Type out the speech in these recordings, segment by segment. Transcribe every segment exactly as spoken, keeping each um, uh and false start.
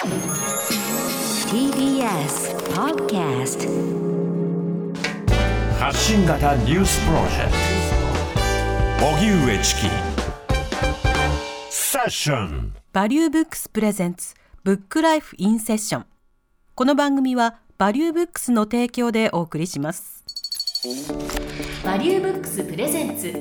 ティービーエス Podcast 発信型ニュースプロジェクト荻上チキセッションバリューブックスプレゼンツブックライフインセッション。この番組はバリューブックスの提供でお送りします。 バリューブックスプレゼンツブ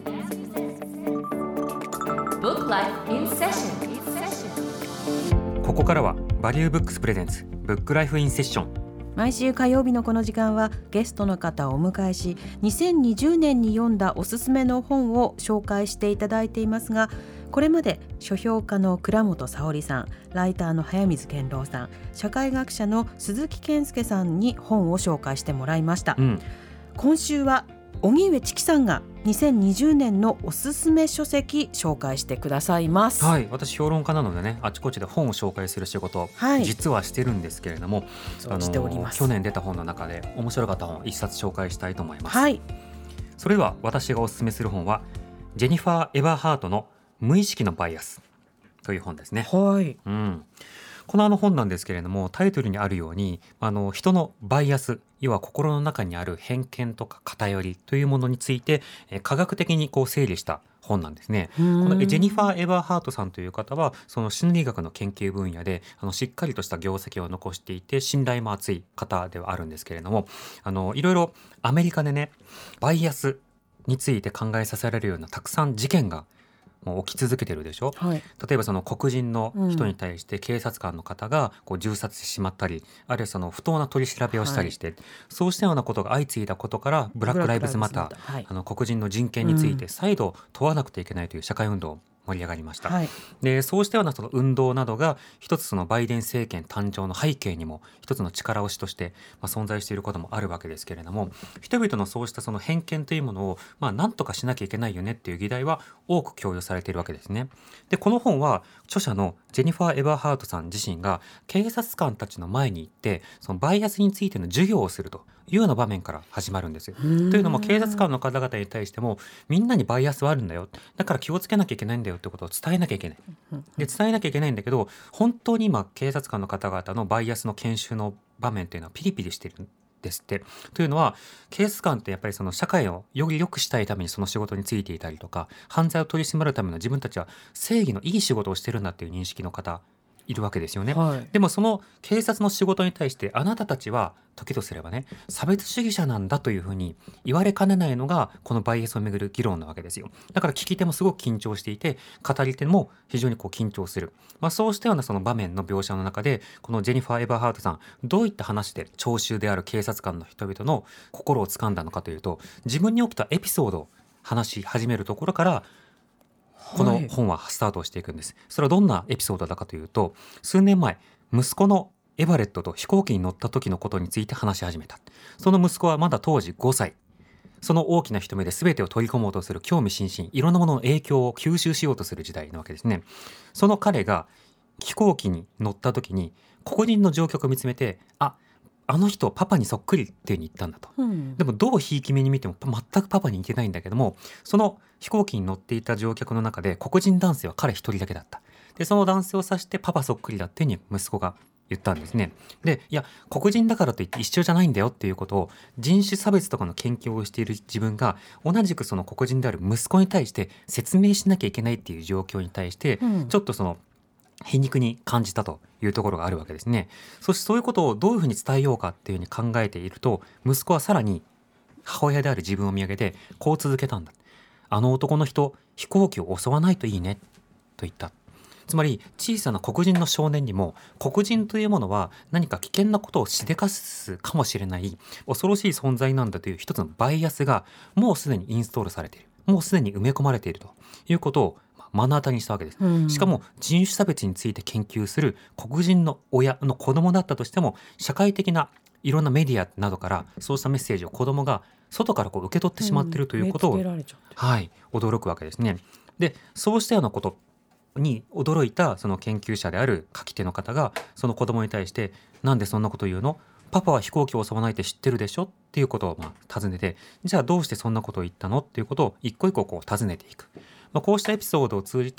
ックライフインセッション。 ここからはバリューブックスプレゼンツブックライフインセッション。 毎週火曜日のこの時間はゲストの方をお迎えし、にせんにじゅうねんに読んだおすすめの本を紹介していただいていますが、これまで書評家の倉本沙織さん、ライターの早水健郎さん、社会学者の鈴木健介さんに本を紹介してもらいました、うん、今週は荻上チキさんがにせんにじゅうねんのおすすめ書籍紹介してくださいます。 はい、私評論家なのでね、あちこちで本を紹介する仕事、はい、実はしてるんですけれども、 あの去年出た本の中で面白かった本を一冊紹介したいと思います、 はい、 それでは私がおすすめする本はジェニファー・エバーハートの無意識のバイアスという本ですね、 はい、 うん、このあの本なんですけれども、タイトルにあるようにあの人のバイアス、要は心の中にある偏見とか偏りというものについてえ科学的にこう整理した本なんですね。このジェニファー・エバーハートさんという方はその心理学の研究分野であのしっかりとした業績を残していて信頼も厚い方ではあるんですけれども、あのいろいろアメリカでねバイアスについて考えさせられるようなたくさん事件がもう起き続けてるでしょ、はい、例えばその黒人の人に対して警察官の方がこう銃殺してしまったり、うん、あるいはその不当な取り調べをしたりして、はい、そうしたようなことが相次いだことからブラックライブズマター、はい、あの黒人の人権について再度問わなくてはいけないという社会運動を盛り上がりました、はい、でそうしたようなその運動などが一つそのバイデン政権誕生の背景にも一つの力押しとして、まあ、存在していることもあるわけですけれども、人々のそうしたその偏見というものを、まあ、何とかしなきゃいけないよねっていう議題は多く共有されているわけですね。でこの本は著者のジェニファー・エバーハートさん自身が警察官たちの前に行ってそのバイアスについての授業をするというような場面から始まるんですよ。というのも警察官の方々に対してもみんなにバイアスはあるんだよ、だから気をつけなきゃいけないんだよってことを伝えなきゃいけない。で伝えなきゃいけないんだけど、本当に今警察官の方々のバイアスの研修の場面っていうのはピリピリしてるんですって。というのは警察官ってやっぱりその社会をより良くしたいためにその仕事についていたりとか、犯罪を取り締まるための自分たちは正義のいい仕事をしてるんだっていう認識の方いるわけですよね、はい、でもその警察の仕事に対してあなたたちは時とすればね差別主義者なんだというふうに言われかねないのがこのバイアスをめぐる議論なわけですよ。だから聞き手もすごく緊張していて語り手も非常にこう緊張する、まあ、そうしたようなその場面の描写の中でこのジェニファー・エバーハートさんどういった話で聴衆である警察官の人々の心を掴んだのかというと、自分に起きたエピソードを話し始めるところからこの本はスタートをしていくんです。それはどんなエピソードだかというと、数年前息子のエバレットと飛行機に乗った時のことについて話し始めた。その息子はまだ当時ごさい。その大きな一目で全てを取り込もうとする興味津々、いろんなものの影響を吸収しようとする時代なわけですね。その彼が飛行機に乗った時に黒人の乗客を見つめて、ああの人パパにそっくりっていう風に言ったんだと、うん、でもどうひいき目に見ても全くパパに似てないんだけども、その飛行機に乗っていた乗客の中で黒人男性は彼一人だけだった。でその男性を指してパパそっくりだっていう風に息子が言ったんですね。でいや黒人だからといって一緒じゃないんだよっていうことを、人種差別とかの研究をしている自分が同じくその黒人である息子に対して説明しなきゃいけないっていう状況に対して、うん、ちょっとその皮肉に感じたというところがあるわけですね。そしてそういうことをどういうふうに伝えようかっていうふうに考えていると、息子はさらに母親である自分を見上げてこう続けたんだ。あの男の人飛行機を襲わないといいねと言った。つまり小さな黒人の少年にも黒人というものは何か危険なことをしでかすかもしれない恐ろしい存在なんだという一つのバイアスがもうすでにインストールされている、もうすでに埋め込まれているということを目の当たりにしたわけです、うん、しかも人種差別について研究する黒人の親の子供だったとしても社会的ないろんなメディアなどからそうしたメッセージを子供が外からこう受け取ってしまっているということを、うん、はい、驚くわけですね。でそうしたようなことに驚いたその研究者である書き手の方がその子供に対してなんでそんなこと言うの、パパは飛行機を襲わないって知ってるでしょっていうことをまあ尋ねて、じゃあどうしてそんなことを言ったのっていうことを一個一個こう尋ねていく、まあ、こうしたエピソードを通じて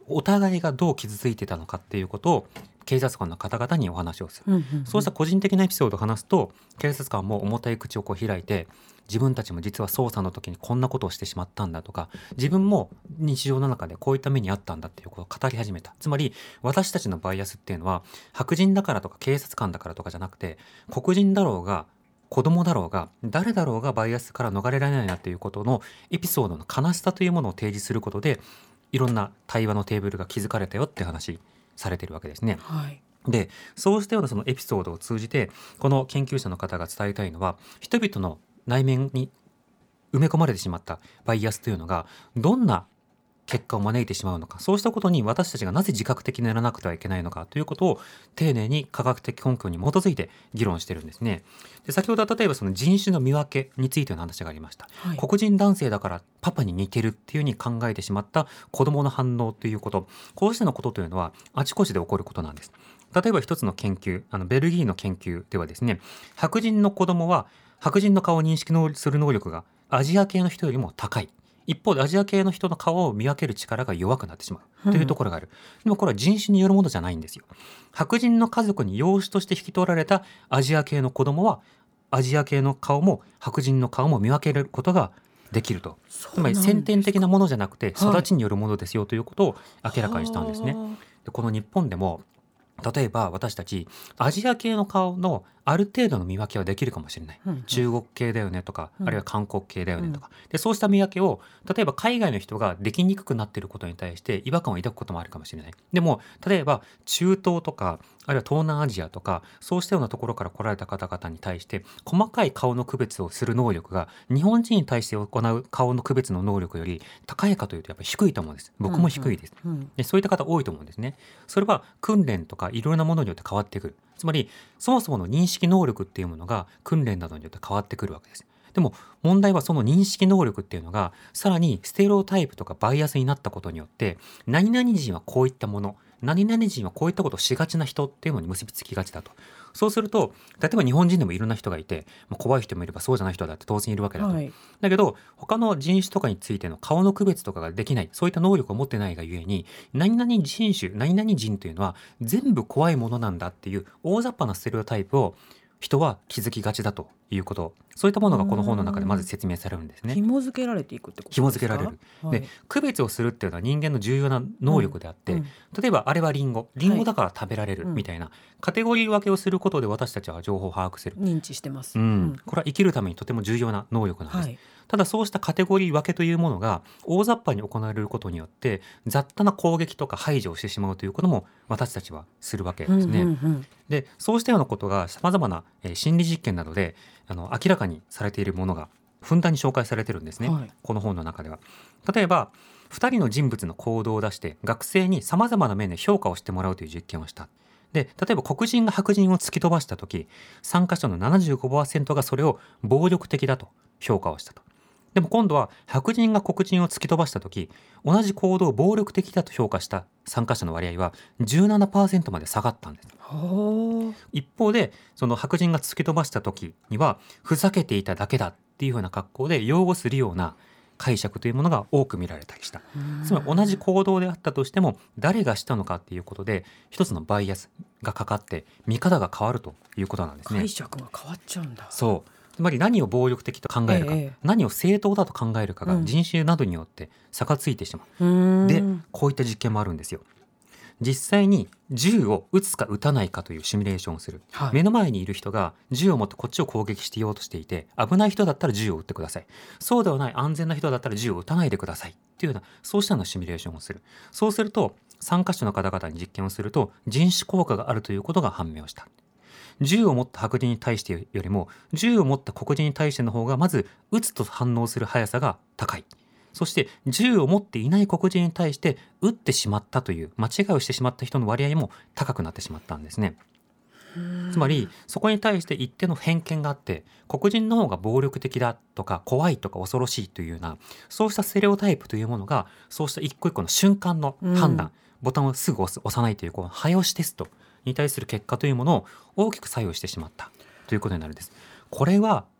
お互いがどう傷ついてたのかっていうことを警察官の方々にお話をする、 うんうんうん、 そうした個人的なエピソードを話すと警察官も重たい口をこう開いて、自分たちも実は捜査の時にこんなことをしてしまったんだとか、自分も日常の中でこういった目にあったんだっていうことを語り始めた。つまり私たちのバイアスっていうのは白人だからとか警察官だからとかじゃなくて、黒人だろうが子供だろうが誰だろうがバイアスから逃れられないなということのエピソードの悲しさというものを提示することで、いろんな対話のテーブルが築かれたよって話されているわけですね。 はい、 でそうしたようなそのエピソードを通じてこの研究者の方が伝えたいのは、人々の内面に埋め込まれてしまったバイアスというのがどんな結果を招いてしまうのか、そうしたことに私たちがなぜ自覚的にならなくてはいけないのかということを丁寧に科学的根拠に基づいて議論しているんですね。で先ほど例えばその人種の見分けについての話がありました、はい、黒人男性だからパパに似てるっていうふうに考えてしまった子どもの反応ということ、こうしたのことというのはあちこちで起こることなんです。例えば一つの研究、あのベルギーの研究ではですね、白人の子どもは白人の顔を認識する能力がアジア系の人よりも高い。一方でアジア系の人の顔を見分ける力が弱くなってしまうというところがある、うん、でもこれは人種によるものじゃないんですよ。白人の家族に養子として引き取られたアジア系の子供はアジア系の顔も白人の顔も見分けることができると。つまり先天的なものじゃなくて育ちによるものですよということを明らかにしたんですね、はい、でこの日本でも例えば私たちアジア系の顔のある程度の見分けはできるかもしれない、うんうん、中国系だよねとか、うん、あるいは韓国系だよねとか、うん、でそうした見分けを例えば海外の人ができにくくなっていることに対して違和感を抱くこともあるかもしれない。でも例えば中東とかあるいは東南アジアとかそうしたようなところから来られた方々に対して細かい顔の区別をする能力が日本人に対して行う顔の区別の能力より高いかというとやっぱり低いと思うんです。僕も低いです、うんうん、でそういった方多いと思うんですね。それは訓練とかいろいろなものによって変わってくる。つまりそもそもの認識能力っていうものが訓練などによって変わってくるわけです。でも問題はその認識能力っていうのがさらにステレオタイプとかバイアスになったことによって何々人はこういったもの、何々人はこういったことをしがちな人っていうのに結びつきがちだと。そうすると例えば日本人でもいろんな人がいて、まあ、怖い人もいればそうじゃない人だって当然いるわけだと、はい、だけど他の人種とかについての顔の区別とかができない、そういった能力を持ってないがゆえに何々人種何々人というのは全部怖いものなんだっていう大雑把なステレオタイプを人は気づきがちだということ、そういったものがこの本の中でまず説明されるんですね。 紐付けられていくってことですか？ 紐付けられる、はい、で区別をするっていうのは人間の重要な能力であって、うんうん、例えばあれはリンゴリンゴだから食べられるみたいな、はい、カテゴリー分けをすることで私たちは情報を把握する、 認知してます、 うんうん、これは生きるためにとても重要な能力なんです、はい、ただそうしたカテゴリー分けというものが大雑把に行われることによって雑多な攻撃とか排除をしてしまうということも私たちはするわけですね、うんうんうん、でそうしたようなことがさまざまな、えー、心理実験などであの明らかにされているものがふんだんに紹介されてるんですね、はい、この本の中では。例えばふたりの人物の行動を出して学生にさまざまな面で評価をしてもらうという実験をした。で例えば黒人が白人を突き飛ばした時参加者の ななじゅうごパーセント がそれを暴力的だと評価をしたと。でも今度は白人が黒人を突き飛ばした時同じ行動を暴力的だと評価した参加者の割合は じゅうななパーセント まで下がったんです。一方でその白人が突き飛ばした時にはふざけていただけだっていうような格好で擁護するような解釈というものが多く見られたりした。つまり同じ行動であったとしても誰がしたのかっていうことで一つのバイアスがかかって見方が変わるということなんですね。 解釈が変わっちゃうんだ。 そうつまり何を暴力的と考えるか、ええ、何を正当だと考えるかが人種などによって差がついてしまう、うん、でこういった実験もあるんですよ。実際に銃を撃つか撃たないかというシミュレーションをする、はい、目の前にいる人が銃を持ってこっちを攻撃していようとしていて危ない人だったら銃を撃ってください、そうではない安全な人だったら銃を撃たないでくださいっていうようなそうしたのシミュレーションをする。そうすると参加者の方々に実験をすると人種効果があるということが判明をした。銃を持った白人に対してよりも銃を持った黒人に対しての方がまず撃つと反応する速さが高い。そして銃を持っていない黒人に対して撃ってしまったという間違いをしてしまった人の割合も高くなってしまったんですね。つまりそこに対して一定の偏見があって黒人の方が暴力的だとか怖いとか恐ろしいというようなそうしたステレオタイプというものがそうした一個一個の瞬間の判断、ボタンをすぐ押す押さないというこう早押しテストに対する結果というものを大きく作用してしまったということになるんです。これは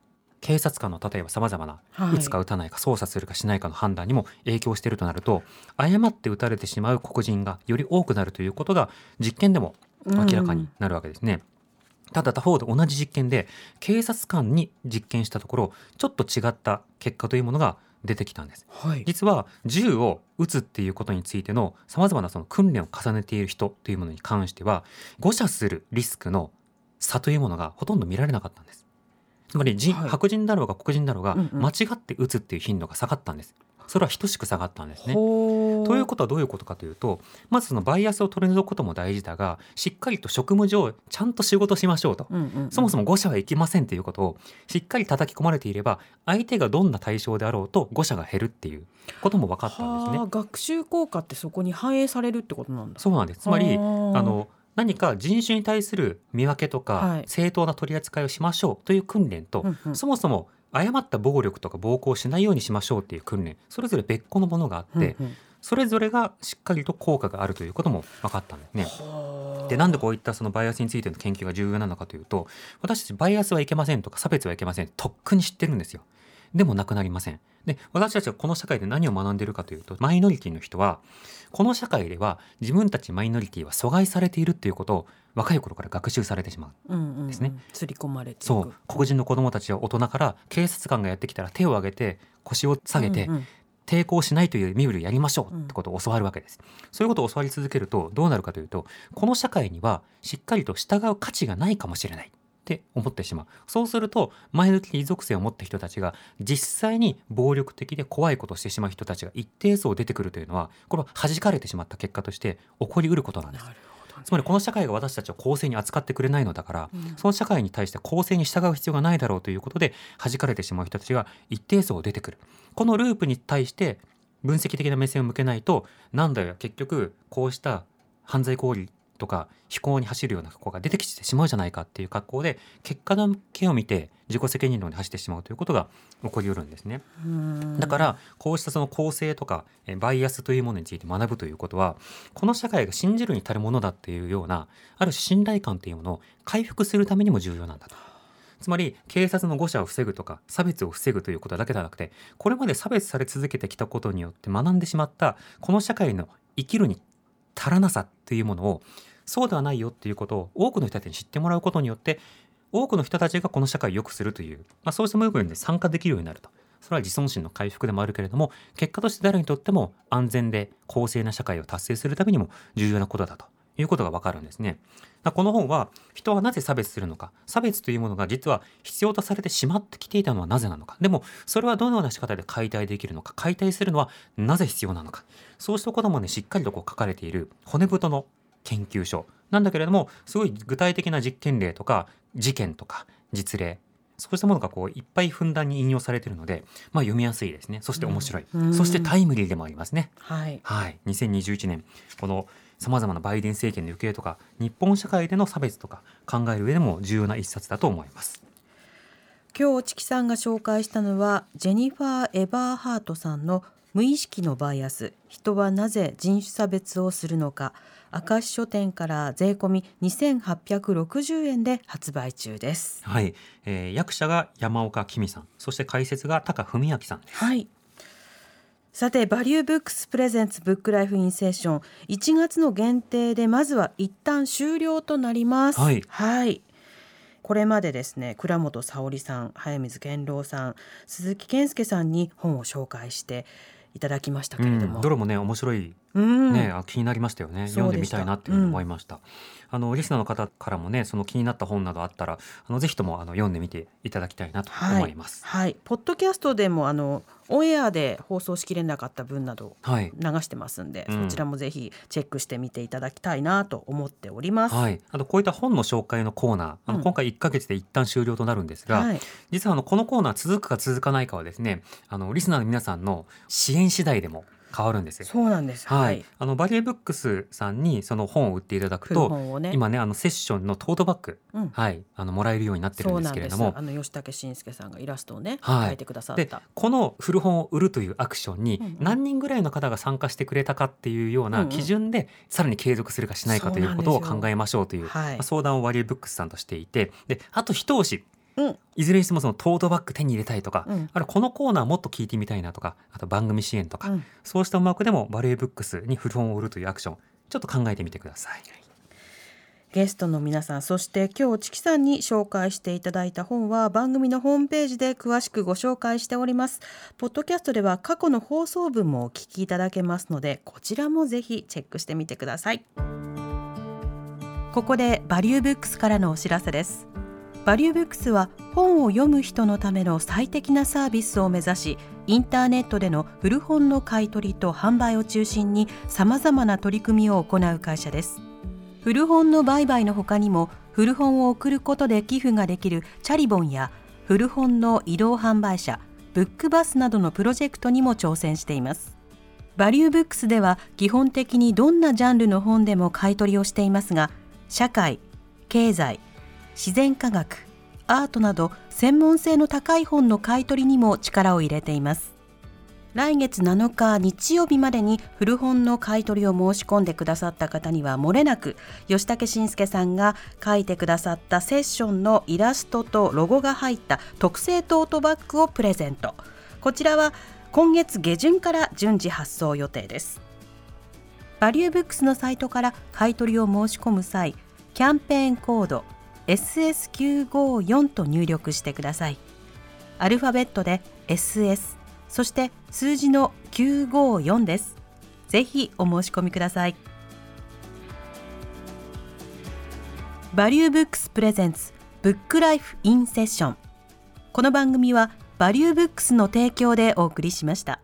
警察官の例えばさまざまなはい撃つか撃たないか操作するかしないかの判断にも影響しているとなると、誤って撃たれてしまう黒人がより多くなるということが実験でも明らかになるわけですね。ただ他方で同じ実験で警察官に実験したところ、ちょっと違った結果というものが出てきたんです。 はい、 実は銃を撃つっていうことについてのさまざまなその訓練を重ねている人というものに関しては、誤射するリスクの差というものがほとんど見られなかったんです。つまり人、 はい、 白人だろうが黒人だろうがうんうん間違って撃つっていう頻度が下がったんです。それは等しく下がったんですね。 ほーということはどういうことかというと、まずそのバイアスを取り除くことも大事だが、しっかりと職務上ちゃんと仕事しましょうと、 うんうんうん、 そもそも誤射はいけませんということをしっかり叩き込まれていれば、相手がどんな対象であろうと誤射が減るっていうことも分かったんですね。 はあ、学習効果ってそこに反映されるってことなんだ。 そうなんです。つまりあーあの何か人種に対する見分けとか、 はい正当な取り扱いをしましょうという訓練と、 うんうんそもそも誤った暴力とか暴行をしないようにしましょうっていう訓練、それぞれ別個のものがあって、 うんうんそれぞれがしっかりと効果があるということも分かったんですね。 はあで、なんでこういったそのバイアスについての研究が重要なのかというと、私たちバイアスはいけませんとか差別はいけませんとっくに知ってるんですよ。でもなくなりません。で、私たちはこの社会で何を学んでいるかというと、マイノリティの人はこの社会では自分たちマイノリティは阻害されているということを若い頃から学習されてしまう。 うんうんうん、 ですね。 刷り込まれていく。 そう、黒人の子どもたちは大人から警察官がやってきたら手を挙げて腰を下げて、 うんうん抵抗しないという身振りをやりましょうってことを教わるわけです、うん、そういうことを教わり続けるとどうなるかというと、この社会にはしっかりと従う価値がないかもしれないって思ってしまう。そうするとマイノリティ属性を持った人たちが実際に暴力的で怖いことをしてしまう人たちが一定数出てくるというのは、これは弾かれてしまった結果として起こりうることなんです。 なるほどね。 つまりこの社会が私たちを公正に扱ってくれないのだから、 うん、 その社会に対して公正に従う必要がないだろうということで弾かれてしまう人たちが一定数出てくる。このループに対して分析的な目線を向けないと、なんだよ結局こうした犯罪行為とか非行に走るような子が出てきてしまうじゃないかっていう格好で、結果だけを見て自己責任論で走ってしまうということが起こりうるんですね。 うんだからこうしたその公正とかえバイアスというものについて学ぶということは、この社会が信じるに足るものだっていうようなある種信頼感というものを回復するためにも重要なんだと。つまり警察の誤射を防ぐとか差別を防ぐということだけではなくて、これまで差別され続けてきたことによって学んでしまったこの社会の生きるに足らなさっていうものを、そうではないよっていうことを多くの人たちに知ってもらうことによって、多くの人たちがこの社会を良くするという、まあ、そうしたムーブメントに参加できるようになると。それは自尊心の回復でもあるけれども、結果として誰にとっても安全で公正な社会を達成するためにも重要なことだということがわかるんですね。この本は人はなぜ差別するのか、差別というものが実は必要とされてしまってきていたのはなぜなのか、でもそれはどのような仕方で解体できるのか、解体するのはなぜ必要なのか、そうしたこともねしっかりとこう書かれている骨太の研究所なんだけれども、すごい具体的な実験例とか事件とか実例、そうしたものがこういっぱいふんだんに引用されているので、まあ、読みやすいですね。そして面白い、 うん、 そしてタイムリーでもありますね。 はい、 はい、にせんにじゅういちねんこのさまざまなバイデン政権の行方とか日本社会での差別とか考える上でも重要な一冊だと思います。 今日チキさんが紹介したのはジェニファー・エバーハートさんの無意識のバイアス、人はなぜ人種差別をするのか、明石書店から税込みにせんはっぴゃくろくじゅうえんで発売中です。 はい、えー、役者が山岡紀美さん、そして解説が高文明さんです。 はい。さてバリューブックスプレゼンツブックライフインセッションいちがつの限定でまずは一旦終了となります。 はい、 はい、これまでですね、倉本沙織さん、早水健郎さん、鈴木健介さんに本を紹介していただきましたけれども、 うん、どれもね面白い、 うんね、気になりましたよね。読んでみたいなっていうふうに思いました、うん、あのリスナーの方からもねその気になった本などあったらあのぜひともあの読んでみていただきたいなと思います。 はい、はい、ポッドキャストでもあのオンエアで放送しきれなかった分など流してますんで、はい、そちらもぜひチェックしてみていただきたいなと思っております、 はい、あとこういった本の紹介のコーナー、あの今回いっかげつで一旦終了となるんですが、うん、はい、実はあのこのコーナー続くか続かないかはですね、あのリスナーの皆さんの支援次第でも変わるんですよ。 そうなんです、 はい、あのバリエブックスさんにその本を売っていただくと、ね、今ねあのセッションのトートバッグ、うん、はい、あのもらえるようになってるんですけれども、 あの吉武慎介さんがイラストをね、 はい、 描いてくださった。 でこの古本を売るというアクションに何人ぐらいの方が参加してくれたかっていうような基準で、うんうん、さらに継続するかしないかということを考えましょうという、はい、相談をバリエブックスさんとしていて、であと一押しうん、 いずれにしてもそのトートバッグ手に入れたいとか、 うん、 あるいはこのコーナーもっと聞いてみたいなとか、あと番組支援とか、 うん、 そうした思惑でもバリューブックスに古本を売るというアクション、ちょっと考えてみてください。 ゲストの皆さん、そして今日チキさんに紹介していただいた本は番組のホームページで詳しくご紹介しております。ポッドキャストでは過去の放送分もお聞きいただけますので、こちらもぜひチェックしてみてください。ここでバリューブックスからのお知らせです。バリューブックスは本を読む人のための最適なサービスを目指し、インターネットでの古本の買い取りと販売を中心にさまざまな取り組みを行う会社です。古本の売買の他にも、古本を送ることで寄付ができるチャリボンや古本の移動販売車、ブックバスなどのプロジェクトにも挑戦しています。バリューブックスでは基本的にどんなジャンルの本でも買い取りをしていますが、社会、経済、自然科学、アートなど専門性の高い本の買い取りにも力を入れています。来月なのか日曜日までに古本の買い取りを申し込んでくださった方には、もれなく吉武慎介さんが書いてくださったセッションのイラストとロゴが入った特製トートバッグをプレゼント。こちらは今月下旬から順次発送予定です。バリューブックスのサイトから買い取りを申し込む際、キャンペーンコード エスエスきゅうごよん と入力してください。アルファベットで エスエス、そして数字のきゅうごよんです。ぜひお申し込みください。バリューブックスプレゼンツブックライフインセッション。この番組はバリューブックスの提供でお送りしました。